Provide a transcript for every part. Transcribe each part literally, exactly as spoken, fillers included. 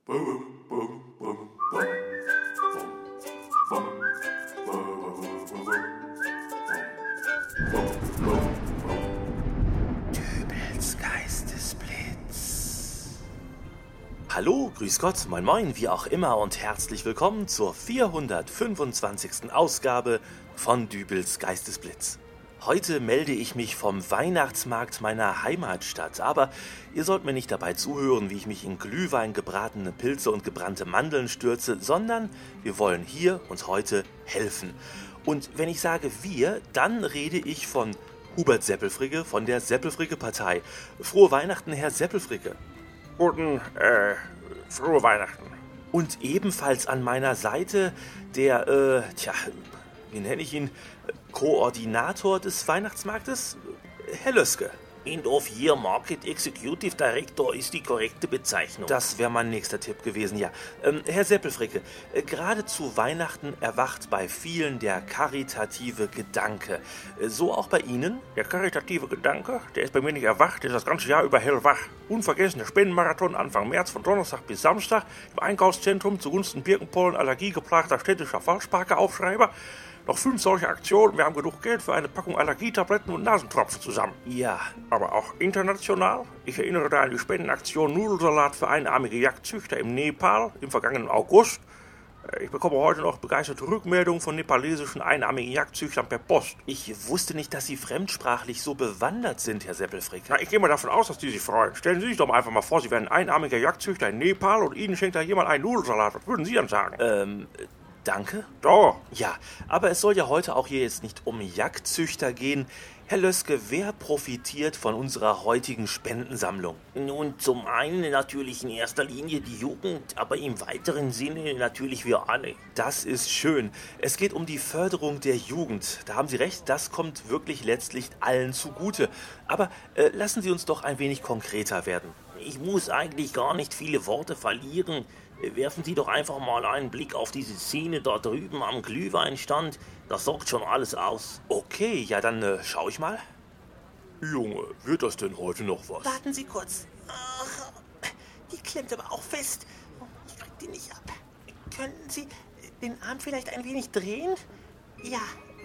Dübels Geistesblitz. Hallo, grüß Gott, moin moin, wie auch immer und herzlich willkommen zur vierhundertfünfundzwanzigsten Ausgabe von Dübels Geistesblitz. Heute melde ich mich vom Weihnachtsmarkt meiner Heimatstadt, aber ihr sollt mir nicht dabei zuhören, wie ich mich in Glühwein, gebratene Pilze und gebrannte Mandeln stürze, sondern wir wollen hier und heute helfen. Und wenn ich sage wir, dann rede ich von Hubert Seppelfricke von der Seppelfricke-Partei. Frohe Weihnachten, Herr Seppelfricke. Guten, äh, frohe Weihnachten. Und ebenfalls an meiner Seite der, äh, tja, wie nenne ich ihn, Koordinator des Weihnachtsmarktes, Herr Löske. End of Year Market Executive Director ist die korrekte Bezeichnung. Das wäre mein nächster Tipp gewesen, ja. Ähm, Herr Seppelfricke, äh, gerade zu Weihnachten erwacht bei vielen der karitative Gedanke. Äh, so auch bei Ihnen? Der karitative Gedanke, der ist bei mir nicht erwacht, der ist das ganze Jahr über hellwach. Unvergessen der Spendenmarathon Anfang März von Donnerstag bis Samstag im Einkaufszentrum zugunsten Birkenpollen allergiegeplagter städtischer Falschparker-Aufschreiber. Noch fünf solche Aktionen, wir haben genug Geld für eine Packung Allergietabletten und Nasentropfen zusammen. Ja. Aber auch international. Ich erinnere da an die Spendenaktion Nudelsalat für einarmige Jagdzüchter im Nepal im vergangenen August. Ich bekomme heute noch begeisterte Rückmeldungen von nepalesischen einarmigen Jagdzüchtern per Post. Ich wusste nicht, dass Sie fremdsprachlich so bewandert sind, Herr Seppelfricke. Na, ich gehe mal davon aus, dass die sich freuen. Stellen Sie sich doch mal einfach mal vor, Sie wären ein einarmiger Jagdzüchter in Nepal und Ihnen schenkt da jemand einen Nudelsalat. Was würden Sie dann sagen? Ähm... Danke? Doch. Ja, aber es soll ja heute auch hier jetzt nicht um Jagdzüchter gehen. Herr Löske, wer profitiert von unserer heutigen Spendensammlung? Nun, zum einen natürlich in erster Linie die Jugend, aber im weiteren Sinne natürlich wir alle. Das ist schön. Es geht um die Förderung der Jugend. Da haben Sie recht, das kommt wirklich letztlich allen zugute. Aber äh, lassen Sie uns doch ein wenig konkreter werden. Ich muss eigentlich gar nicht viele Worte verlieren. Werfen Sie doch einfach mal einen Blick auf diese Szene da drüben am Glühweinstand. Das sagt schon alles aus. Okay, ja dann äh, schau ich mal. Junge, wird das denn heute noch was? Warten Sie kurz. Ach, die klemmt aber auch fest. Ich krieg die nicht ab. Könnten Sie den Arm vielleicht ein wenig drehen? Ja.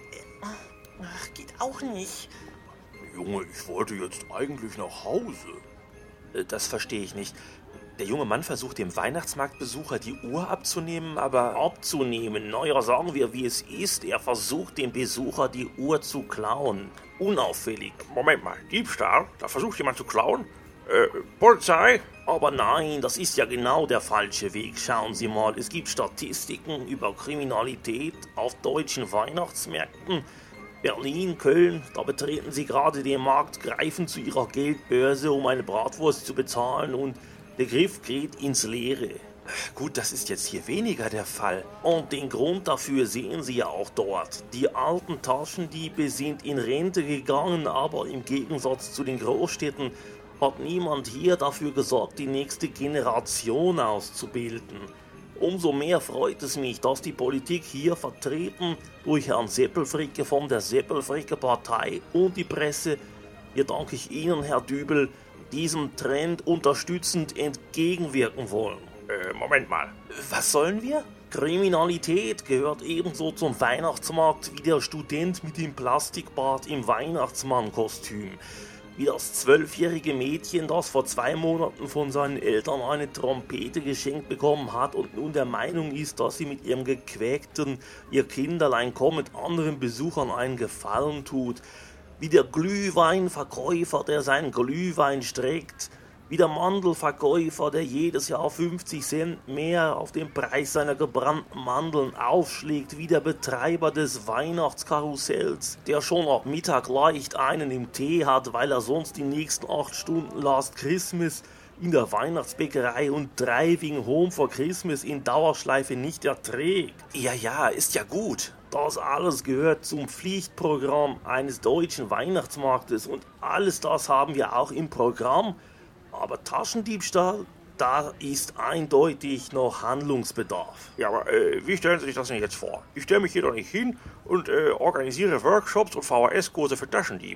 Ach, geht auch nicht. Junge, ich wollte jetzt eigentlich nach Hause. Äh, das verstehe ich nicht. Der junge Mann versucht dem Weihnachtsmarktbesucher die Uhr abzunehmen, aber... Abzunehmen? Naja, sagen wir, wie es ist. Er versucht dem Besucher die Uhr zu klauen. Unauffällig. Moment mal, Diebstahl? Da versucht jemand zu klauen? Äh, Polizei? Aber nein, das ist ja genau der falsche Weg. Schauen Sie mal, es gibt Statistiken über Kriminalität auf deutschen Weihnachtsmärkten. Berlin, Köln, da betreten Sie gerade den Markt, greifen zu Ihrer Geldbörse, um eine Bratwurst zu bezahlen und... der Griff geht ins Leere. Gut, das ist jetzt hier weniger der Fall. Und den Grund dafür sehen Sie ja auch dort. Die alten Taschendiebe sind in Rente gegangen, aber im Gegensatz zu den Großstädten hat niemand hier dafür gesorgt, die nächste Generation auszubilden. Umso mehr freut es mich, dass die Politik hier vertreten durch Herrn Seppelfricke von der Seppelfricke-Partei und die Presse, hier danke ich Ihnen, Herr Dübel, diesem Trend unterstützend entgegenwirken wollen. Äh, Moment mal. Was sollen wir? Kriminalität gehört ebenso zum Weihnachtsmarkt wie der Student mit dem Plastikbart im Weihnachtsmannkostüm. Wie das zwölfjährige Mädchen, das vor zwei Monaten von seinen Eltern eine Trompete geschenkt bekommen hat und nun der Meinung ist, dass sie mit ihrem gequäkten ihr Kinderlein kommt anderen Besuchern einen Gefallen tut. Wie der Glühweinverkäufer, der seinen Glühwein streckt, wie der Mandelverkäufer, der jedes Jahr fünfzig Cent mehr auf den Preis seiner gebrannten Mandeln aufschlägt, wie der Betreiber des Weihnachtskarussells, der schon ab Mittag leicht einen im Tee hat, weil er sonst die nächsten acht Stunden Last Christmas in der Weihnachtsbäckerei und Driving Home for Christmas in Dauerschleife nicht erträgt. Ja, ja, ist ja gut. Das alles gehört zum Pflichtprogramm eines deutschen Weihnachtsmarktes und alles das haben wir auch im Programm. Aber Taschendiebstahl, da ist eindeutig noch Handlungsbedarf. Ja, aber äh, wie stellen Sie sich das denn jetzt vor? Ich stelle mich hier doch nicht hin und äh, organisiere Workshops und V H S-Kurse für Taschendiebe.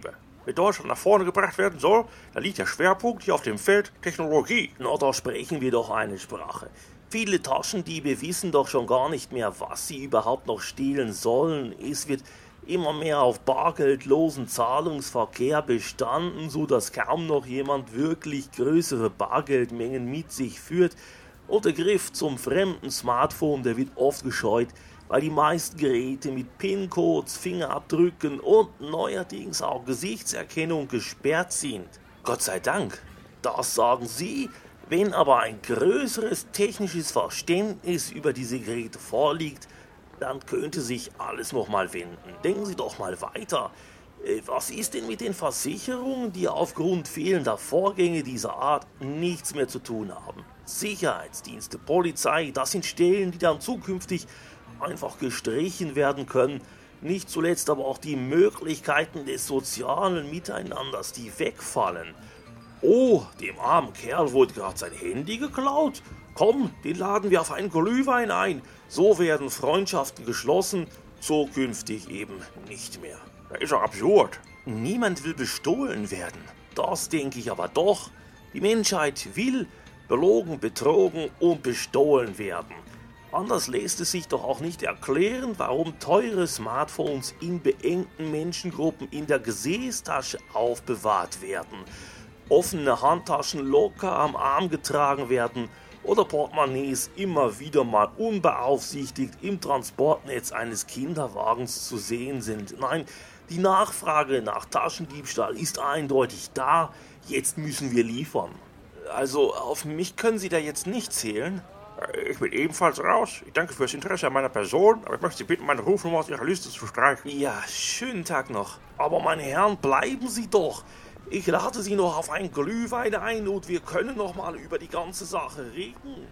Wenn Deutschland nach vorne gebracht werden soll, dann liegt der Schwerpunkt hier auf dem Feld Technologie. Na, da sprechen wir doch eine Sprache. Viele Taschendiebe wissen doch schon gar nicht mehr, was sie überhaupt noch stehlen sollen. Es wird immer mehr auf bargeldlosen Zahlungsverkehr bestanden, so dass kaum noch jemand wirklich größere Bargeldmengen mit sich führt. Und der Griff zum fremden Smartphone, der wird oft gescheut, weil die meisten Geräte mit PIN-Codes, Fingerabdrücken und neuerdings auch Gesichtserkennung gesperrt sind. Gott sei Dank, das sagen Sie. Wenn aber ein größeres technisches Verständnis über diese Geräte vorliegt, dann könnte sich alles nochmal wenden. Denken Sie doch mal weiter. Was ist denn mit den Versicherungen, die aufgrund fehlender Vorgänge dieser Art nichts mehr zu tun haben? Sicherheitsdienste, Polizei, das sind Stellen, die dann zukünftig einfach gestrichen werden können. Nicht zuletzt aber auch die Möglichkeiten des sozialen Miteinanders, die wegfallen. Oh, dem armen Kerl wurde gerade sein Handy geklaut. Komm, den laden wir auf einen Glühwein ein. So werden Freundschaften geschlossen, zukünftig eben nicht mehr. Das ist doch absurd. Niemand will bestohlen werden. Das denke ich aber doch. Die Menschheit will belogen, betrogen und bestohlen werden. Anders lässt es sich doch auch nicht erklären, warum teure Smartphones in beengten Menschengruppen in der Gesäßtasche aufbewahrt werden, offene Handtaschen locker am Arm getragen werden oder Portemonnaies immer wieder mal unbeaufsichtigt im Transportnetz eines Kinderwagens zu sehen sind. Nein, die Nachfrage nach Taschendiebstahl ist eindeutig da. Jetzt müssen wir liefern. Also auf mich können Sie da jetzt nicht zählen? Ich bin ebenfalls raus. Ich danke fürs Interesse an meiner Person, aber ich möchte Sie bitten, meine Rufnummer aus Ihrer Liste zu streichen. Ja, schönen Tag noch. Aber meine Herren, bleiben Sie doch. Ich lade Sie noch auf einen Glühwein ein und wir können noch mal über die ganze Sache reden.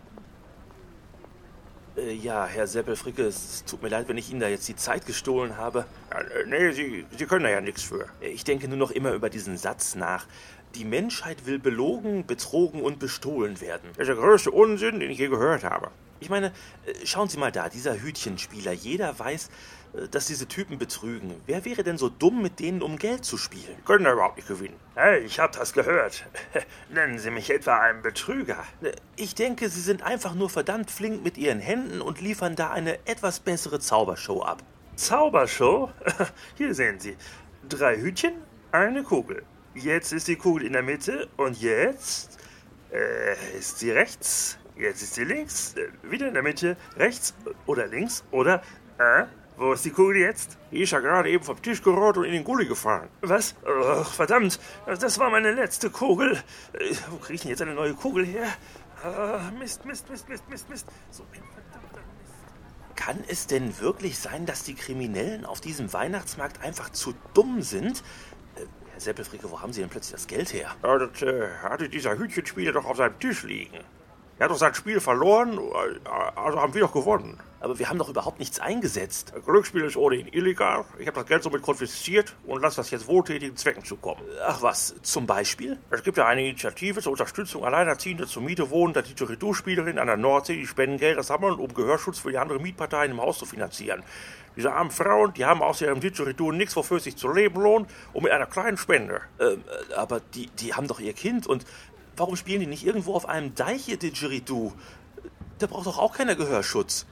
Äh, ja, Herr Seppelfricke, es tut mir leid, wenn ich Ihnen da jetzt die Zeit gestohlen habe. Ja, nee, Sie, Sie können da ja nichts für. Ich denke nur noch immer über diesen Satz nach. Die Menschheit will belogen, betrogen und bestohlen werden. Das ist der größte Unsinn, den ich je gehört habe. Ich meine, schauen Sie mal da, dieser Hütchenspieler. Jeder weiß, dass diese Typen betrügen. Wer wäre denn so dumm, mit denen um Geld zu spielen? Die können da überhaupt nicht gewinnen. Hey, ich hab das gehört. Nennen Sie mich etwa einen Betrüger? Ich denke, Sie sind einfach nur verdammt flink mit Ihren Händen und liefern da eine etwas bessere Zaubershow ab. Zaubershow? Hier sehen Sie. Drei Hütchen, eine Kugel. Jetzt ist die Kugel in der Mitte und jetzt äh, ist sie rechts. Jetzt ist sie links. Äh, wieder in der Mitte, rechts oder links oder... Äh, wo ist die Kugel jetzt? Die ist ja gerade eben vom Tisch gerollt und in den Gully gefallen. Was? Ach, verdammt, das war meine letzte Kugel. Äh, wo kriege ich denn jetzt eine neue Kugel her? Ah, Mist, Mist, Mist, Mist, Mist, Mist. So ein verdammter Mist. Kann es denn wirklich sein, dass die Kriminellen auf diesem Weihnachtsmarkt einfach zu dumm sind? Herr Seppelfricke, wo haben Sie denn plötzlich das Geld her? Ja, das äh, hatte dieser Hütchenspieler doch auf seinem Tisch liegen. Er hat doch sein Spiel verloren, also haben wir doch gewonnen. Aber wir haben doch überhaupt nichts eingesetzt. Glücksspiel ist ohnehin illegal. Ich habe das Geld somit konfisziert und lasse das jetzt wohltätigen Zwecken zukommen. Ach was, zum Beispiel? Es gibt ja eine Initiative zur Unterstützung Alleinerziehender zur Miete wohnender Didgeridoo-Spielerin an der Nordsee, die Spendengelder sammeln, um Gehörschutz für die anderen Mietparteien im Haus zu finanzieren. Diese armen Frauen, die haben aus ihrem Didgeridoo nichts, wofür es sich zu leben lohnt, und mit einer kleinen Spende. Ähm, aber die, die haben doch ihr Kind und warum spielen die nicht irgendwo auf einem Deich ihr Didgeridoo? Da braucht doch auch keiner Gehörschutz.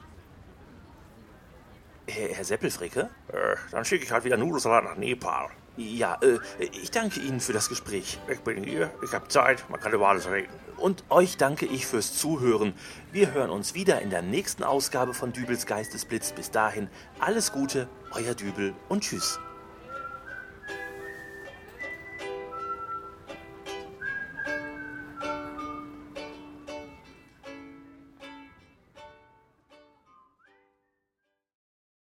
Herr, Herr Seppelfricke? Äh, dann schicke ich halt wieder Nudelsalat nach Nepal. Ja, äh, ich danke Ihnen für das Gespräch. Ich bin hier, ich habe Zeit, man kann über alles reden. Und euch danke ich fürs Zuhören. Wir hören uns wieder in der nächsten Ausgabe von Dübels Geistesblitz. Bis dahin, alles Gute, euer Dübel und tschüss.